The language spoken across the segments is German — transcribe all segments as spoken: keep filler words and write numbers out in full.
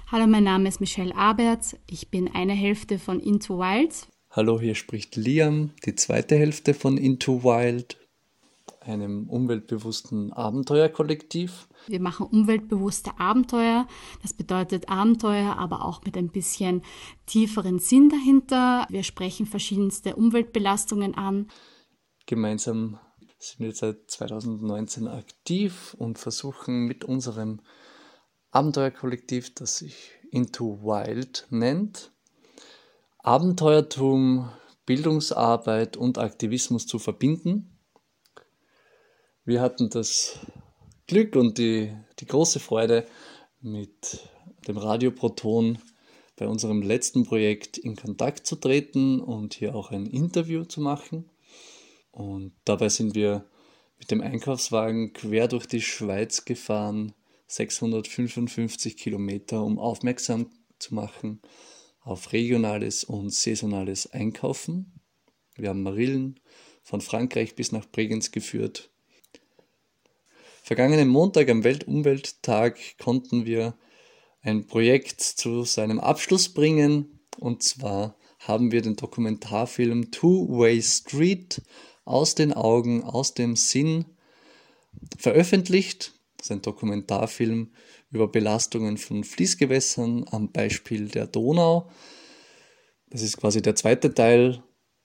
Hallo, mein Name ist Michelle Aberts. Ich bin eine Hälfte von Into Wild. Hallo, hier spricht Liam, die zweite Hälfte von Into Wild, einem umweltbewussten Abenteuerkollektiv. Wir machen umweltbewusste Abenteuer. Das bedeutet Abenteuer, aber auch mit ein bisschen tieferen Sinn dahinter. Wir sprechen verschiedenste Umweltbelastungen an. Gemeinsam sind wir seit zweitausendneunzehn aktiv und versuchen mit unserem Abenteuerkollektiv, das sich Into Wild nennt, Abenteuertum, Bildungsarbeit und Aktivismus zu verbinden. Wir hatten das Glück und die, die große Freude, mit dem Radio Proton bei unserem letzten Projekt in Kontakt zu treten und hier auch ein Interview zu machen. Und dabei sind wir mit dem Einkaufswagen quer durch die Schweiz gefahren, sechshundertfünfundfünfzig Kilometer, um aufmerksam zu machen auf regionales und saisonales Einkaufen. Wir haben Marillen von Frankreich bis nach Bregenz geführt. Vergangenen Montag am Weltumwelttag konnten wir ein Projekt zu seinem Abschluss bringen. Und zwar haben wir den Dokumentarfilm Two-Way Street aus den Augen, aus dem Sinn veröffentlicht. Das ist ein Dokumentarfilm über Belastungen von Fließgewässern am Beispiel der Donau. Das ist quasi der zweite Teil.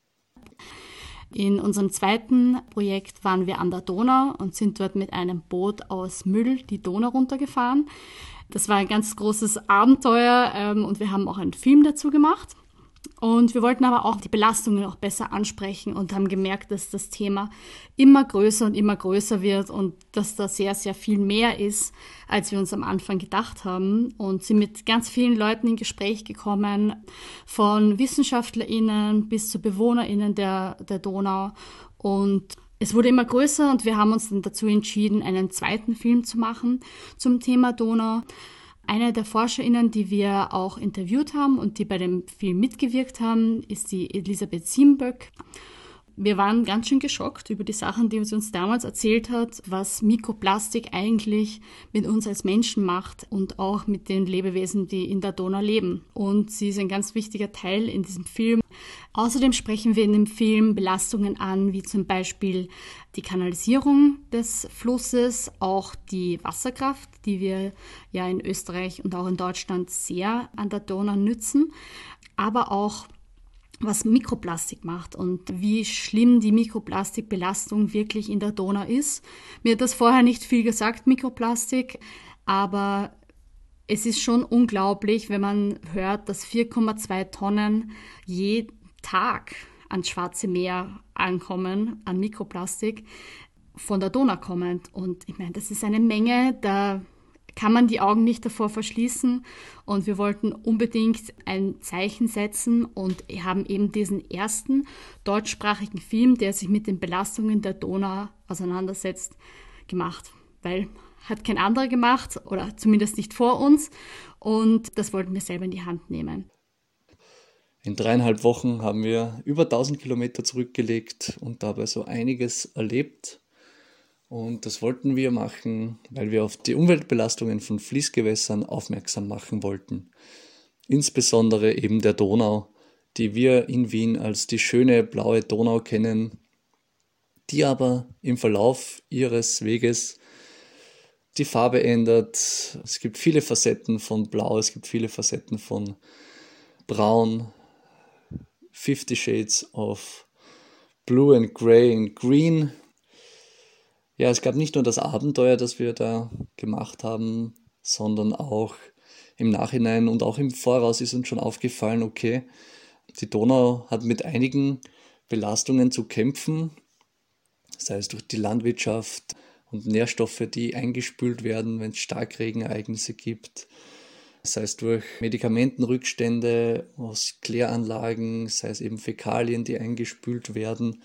In unserem zweiten Projekt waren wir an der Donau und sind dort mit einem Boot aus Müll die Donau runtergefahren. Das war ein ganz großes Abenteuer ähm, und wir haben auch einen Film dazu gemacht. Und wir wollten aber auch die Belastungen auch besser ansprechen und haben gemerkt, dass das Thema immer größer und immer größer wird und dass da sehr, sehr viel mehr ist, als wir uns am Anfang gedacht haben. Und sind mit ganz vielen Leuten in Gespräch gekommen, von WissenschaftlerInnen bis zu BewohnerInnen der, der Donau. Und es wurde immer größer und wir haben uns dann dazu entschieden, einen zweiten Film zu machen zum Thema Donau. Eine der ForscherInnen, die wir auch interviewt haben und die bei dem Film mitgewirkt haben, ist die Elisabeth Siemböck. Wir waren ganz schön geschockt über die Sachen, die sie uns damals erzählt hat, was Mikroplastik eigentlich mit uns als Menschen macht und auch mit den Lebewesen, die in der Donau leben. Und sie ist ein ganz wichtiger Teil in diesem Film. Außerdem sprechen wir in dem Film Belastungen an, wie zum Beispiel die Kanalisierung des Flusses, auch die Wasserkraft, die wir ja in Österreich und auch in Deutschland sehr an der Donau nützen, aber auch was Mikroplastik macht und wie schlimm die Mikroplastikbelastung wirklich in der Donau ist. Mir hat das vorher nicht viel gesagt, Mikroplastik, aber es ist schon unglaublich, wenn man hört, dass vier Komma zwei Tonnen je Tag ans Schwarze Meer ankommen, an Mikroplastik, von der Donau kommend. Und ich meine, das ist eine Menge, da kann man die Augen nicht davor verschließen. Und wir wollten unbedingt ein Zeichen setzen und haben eben diesen ersten deutschsprachigen Film, der sich mit den Belastungen der Donau auseinandersetzt, gemacht. Weil hat kein anderer gemacht oder zumindest nicht vor uns. Und das wollten wir selber in die Hand nehmen. In dreieinhalb Wochen haben wir über tausend Kilometer zurückgelegt und dabei so einiges erlebt. Und das wollten wir machen, weil wir auf die Umweltbelastungen von Fließgewässern aufmerksam machen wollten. Insbesondere eben der Donau, die wir in Wien als die schöne blaue Donau kennen, die aber im Verlauf ihres Weges die Farbe ändert. Es gibt viele Facetten von Blau, es gibt viele Facetten von Braun, Fifty Shades of Blue and Grey and Green. Ja, es gab nicht nur das Abenteuer, das wir da gemacht haben, sondern auch im Nachhinein und auch im Voraus ist uns schon aufgefallen, okay, die Donau hat mit einigen Belastungen zu kämpfen, sei es durch die Landwirtschaft und Nährstoffe, die eingespült werden, wenn es Starkregenereignisse gibt, sei es durch Medikamentenrückstände aus Kläranlagen, sei es eben Fäkalien, die eingespült werden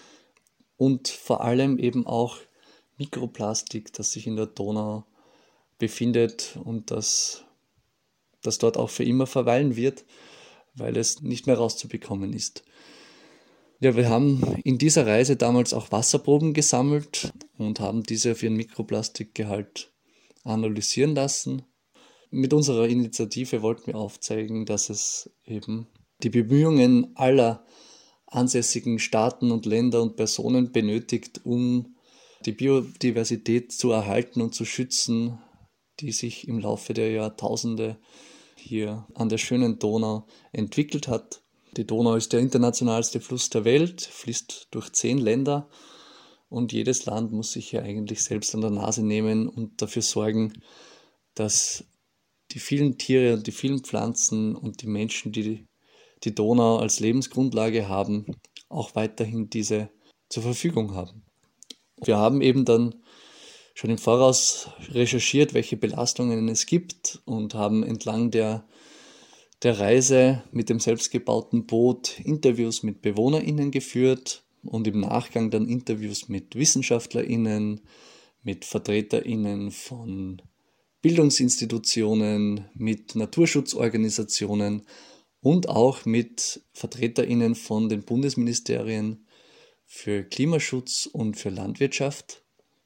und vor allem eben auch Mikroplastik, das sich in der Donau befindet und das, das dort auch für immer verweilen wird, weil es nicht mehr rauszubekommen ist. Ja, wir haben in dieser Reise damals auch Wasserproben gesammelt und haben diese auf ihren Mikroplastikgehalt analysieren lassen. Mit unserer Initiative wollten wir aufzeigen, dass es eben die Bemühungen aller ansässigen Staaten und Länder und Personen benötigt, um die Biodiversität zu erhalten und zu schützen, die sich im Laufe der Jahrtausende hier an der schönen Donau entwickelt hat. Die Donau ist der internationalste Fluss der Welt, fließt durch zehn Länder und jedes Land muss sich hier eigentlich selbst an der Nase nehmen und dafür sorgen, dass die vielen Tiere und die vielen Pflanzen und die Menschen, die die Donau als Lebensgrundlage haben, auch weiterhin diese zur Verfügung haben. Wir haben eben dann schon im Voraus recherchiert, welche Belastungen es gibt und haben entlang der, der Reise mit dem selbstgebauten Boot Interviews mit BewohnerInnen geführt und im Nachgang dann Interviews mit WissenschaftlerInnen, mit VertreterInnen von Bildungsinstitutionen, mit Naturschutzorganisationen und auch mit VertreterInnen von den Bundesministerien für Klimaschutz und für Landwirtschaft.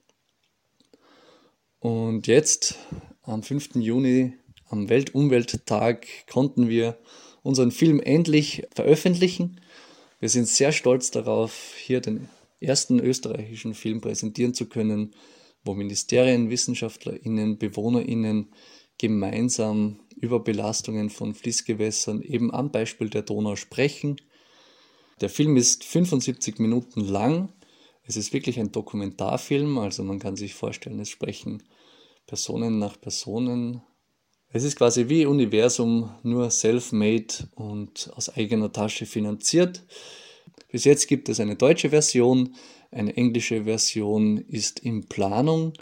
Und jetzt, am fünften Juni, am Weltumwelttag, konnten wir unseren Film endlich veröffentlichen. Wir sind sehr stolz darauf, hier den ersten österreichischen Film präsentieren zu können, wo Ministerien, WissenschaftlerInnen, BewohnerInnen gemeinsam über Belastungen von Fließgewässern eben am Beispiel der Donau sprechen. Der Film ist fünfundsiebzig Minuten lang. Es ist wirklich ein Dokumentarfilm, also man kann sich vorstellen, es sprechen Personen nach Personen. Es ist quasi wie Universum, nur self-made und aus eigener Tasche finanziert. Bis jetzt gibt es eine deutsche Version, eine englische Version ist in Planung.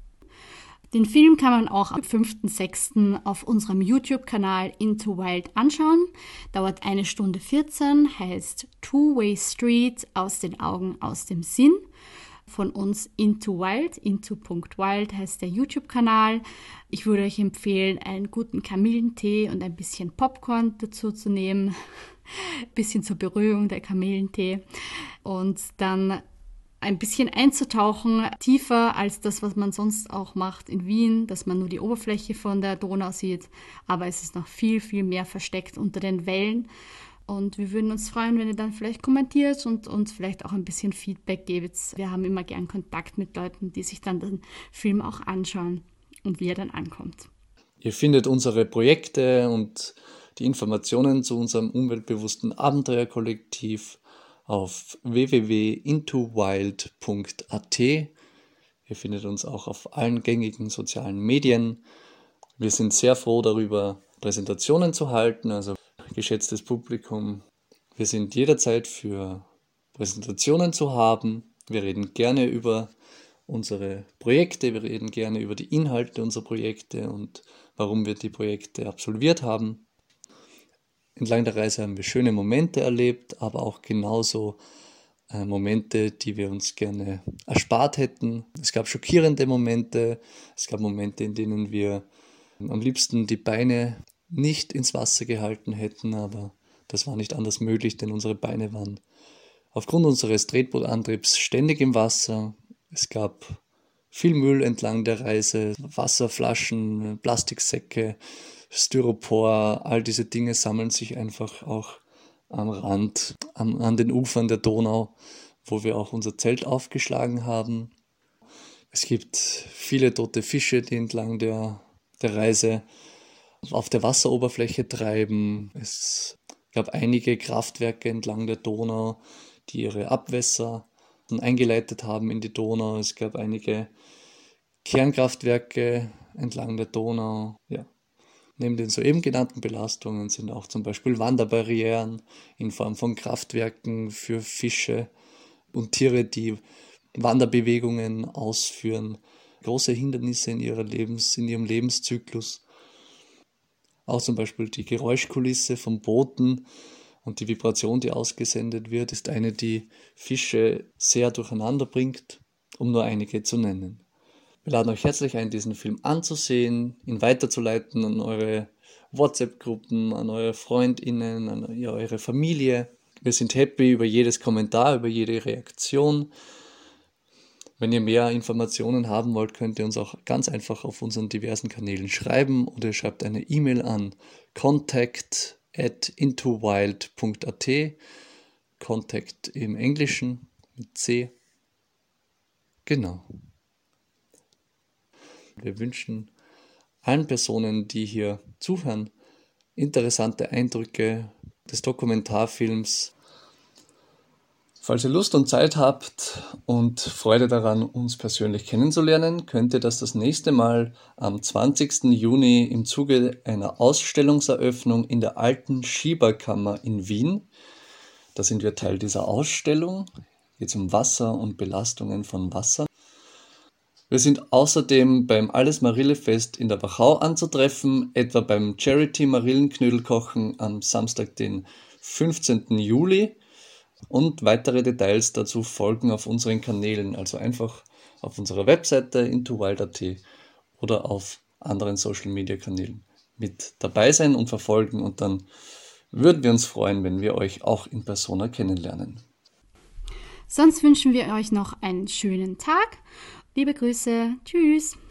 Den Film kann man auch am fünften sechsten auf unserem YouTube-Kanal Into Wild anschauen. Dauert eine Stunde vierzehn, heißt Two-Way Street, aus den Augen, aus dem Sinn. Von uns Into Wild, into.wild heißt der YouTube-Kanal. Ich würde euch empfehlen, einen guten Kamillentee und ein bisschen Popcorn dazu zu nehmen. Ein bisschen zur Beruhigung der Kamillentee. Und dann ein bisschen einzutauchen, tiefer als das, was man sonst auch macht in Wien, dass man nur die Oberfläche von der Donau sieht, aber es ist noch viel, viel mehr versteckt unter den Wellen und wir würden uns freuen, wenn ihr dann vielleicht kommentiert und uns vielleicht auch ein bisschen Feedback gebt. Wir haben immer gern Kontakt mit Leuten, die sich dann den Film auch anschauen und wie er dann ankommt. Ihr findet unsere Projekte und die Informationen zu unserem umweltbewussten Abenteuerkollektiv auf w w w punkt into wild punkt a t. Ihr findet uns auch auf allen gängigen sozialen Medien. Wir sind sehr froh darüber, Präsentationen zu halten. Also geschätztes Publikum, wir sind jederzeit für Präsentationen zu haben. Wir reden gerne über unsere Projekte, wir reden gerne über die Inhalte unserer Projekte und warum wir die Projekte absolviert haben. Entlang der Reise haben wir schöne Momente erlebt, aber auch genauso äh, Momente, die wir uns gerne erspart hätten. Es gab schockierende Momente, es gab Momente, in denen wir am liebsten die Beine nicht ins Wasser gehalten hätten, aber das war nicht anders möglich, denn unsere Beine waren aufgrund unseres Tretbootantriebs ständig im Wasser. Es gab viel Müll entlang der Reise, Wasserflaschen, Plastiksäcke, Styropor, all diese Dinge sammeln sich einfach auch am Rand, am, an den Ufern der Donau, wo wir auch unser Zelt aufgeschlagen haben. Es gibt viele tote Fische, die entlang der, der Reise auf der Wasseroberfläche treiben. Es gab einige Kraftwerke entlang der Donau, die ihre Abwässer eingeleitet haben in die Donau. Es gab einige Kernkraftwerke entlang der Donau. Ja. Neben den soeben genannten Belastungen sind auch zum Beispiel Wanderbarrieren in Form von Kraftwerken für Fische und Tiere, die Wanderbewegungen ausführen, große Hindernisse in, ihrer Lebens, in ihrem Lebenszyklus. Auch zum Beispiel die Geräuschkulisse von Booten und die Vibration, die ausgesendet wird, ist eine, die Fische sehr durcheinander bringt, um nur einige zu nennen. Wir laden euch herzlich ein, diesen Film anzusehen, ihn weiterzuleiten an eure WhatsApp-Gruppen, an eure FreundInnen, an eure Familie. Wir sind happy über jedes Kommentar, über jede Reaktion. Wenn ihr mehr Informationen haben wollt, könnt ihr uns auch ganz einfach auf unseren diversen Kanälen schreiben oder ihr schreibt eine E-Mail an contact at intowild punkt a t. Contact im Englischen mit C. Genau. Wir wünschen allen Personen, die hier zuhören, interessante Eindrücke des Dokumentarfilms. Falls ihr Lust und Zeit habt und Freude daran, uns persönlich kennenzulernen, könnt ihr das das nächste Mal am zwanzigsten Juni im Zuge einer Ausstellungseröffnung in der Alten Schieberkammer in Wien. Da sind wir Teil dieser Ausstellung. Geht es um Wasser und Belastungen von Wasser. Wir sind außerdem beim Alles Marille-Fest in der Wachau anzutreffen, etwa beim Charity Marillenknödelkochen am Samstag, den fünfzehnten Juli. Und weitere Details dazu folgen auf unseren Kanälen, also einfach auf unserer Webseite intowild punkt a t oder auf anderen Social Media Kanälen mit dabei sein und verfolgen, und dann würden wir uns freuen, wenn wir euch auch in Persona kennenlernen. Sonst wünschen wir euch noch einen schönen Tag. Liebe Grüße. Tschüss.